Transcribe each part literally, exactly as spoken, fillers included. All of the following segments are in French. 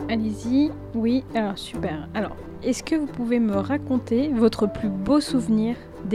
Allez-y. Oui, alors super. Alors, est-ce que vous pouvez me raconter votre plus beau souvenir d'été ?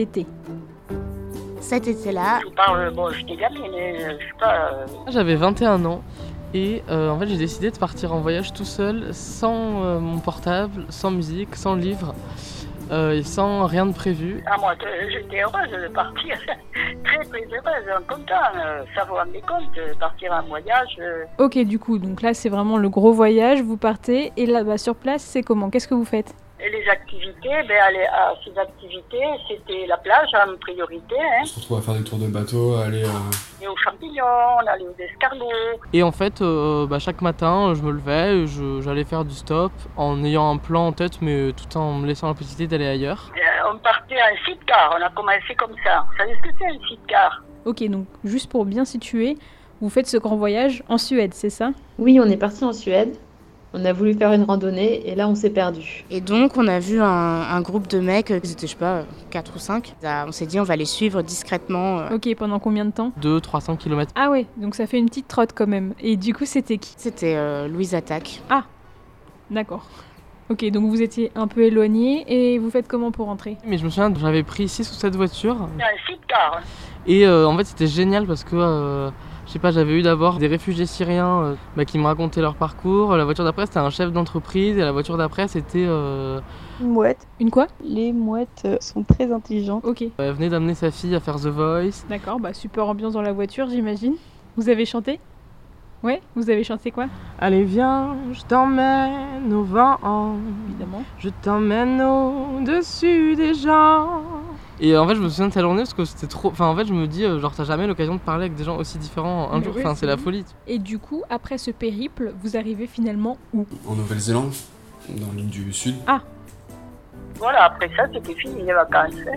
Cet été-là, Je vous parle, bon, j'étais gamine, euh, je sais pas. euh, J'avais vingt et un ans et euh, en fait j'ai décidé de partir en voyage tout seul, sans euh, mon portable, sans musique, sans livre euh, et sans rien de prévu. Ah, moi, euh, j'étais heureuse de partir. Très, très heureuse, contente. Euh, ça vous rendez compte de partir en voyage. euh, Ok, du coup, donc là c'est vraiment le gros voyage, vous partez, et là-bas sur place c'est comment ? Qu'est-ce que vous faites ? Et les activités, ben, aller à ces activités, c'était la plage en priorité, hein. On se retrouve à faire des tours de bateau, à aller... Euh... Et aux champignons, on allait aux escargots. Et en fait euh, bah, chaque matin je me levais, je- j'allais faire du stop en ayant un plan en tête mais tout en me laissant la possibilité d'aller ailleurs. Euh, on partait en sidecar, on a commencé comme ça. Vous savez ce que c'est un sidecar ? Ok, donc juste pour bien situer, vous faites ce grand voyage en Suède, c'est ça ? Oui, on est parti en Suède. On a voulu faire une randonnée et là on s'est perdu. et donc on a vu un, un groupe de mecs, ils étaient je sais pas, quatre ou cinq. On s'est dit on va les suivre discrètement. euh. Ok, pendant combien de temps ? deux à trois cents kilomètres. Ah ouais, donc ça fait une petite trotte quand même. Et du coup c'était qui ? C'était euh, Louise Attaque. D'accord. Ok, donc vous étiez un peu éloigné et vous faites comment pour rentrer ? Mais je me souviens que j'avais pris six ou sept voitures C'est un sidecar. et euh, en fait c'était génial parce que euh, je sais pas, j'avais eu d'abord des réfugiés syriens euh, bah, qui me racontaient leur parcours. La voiture d'après c'était un chef d'entreprise et la voiture d'après c'était euh, Une mouette. Une quoi ? Les mouettes euh, sont très intelligentes. Ok, elle venait d'amener sa fille à faire The Voice. d'accord, bah super ambiance dans la voiture j'imagine. Vous avez chanté ? Ouais, vous avez chanté quoi ? Allez viens, je t'emmène au vent, Évidemment. je t'emmène au-dessus des gens. Et en fait je me souviens de cette journée parce que c'était trop... Enfin en fait je me dis, euh, genre t'as jamais l'occasion de parler avec des gens aussi différents un Mais jour, oui, enfin c'est c'est la vrai. folie. Et du coup, après ce périple, vous arrivez finalement où ? En Nouvelle-Zélande, dans l'île du Sud. Voilà, après ça, c'était fini les vacances, hein.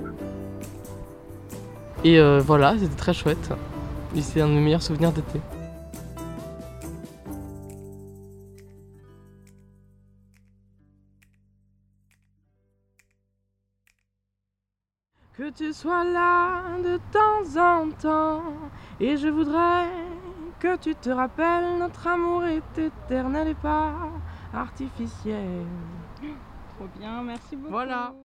Et euh, voilà, c'était très chouette. Et c'est un de mes meilleurs souvenirs d'été. Que tu sois là de temps en temps, et je voudrais que tu te rappelles, notre amour est éternel et pas artificiel. Trop bien, merci beaucoup. Voilà.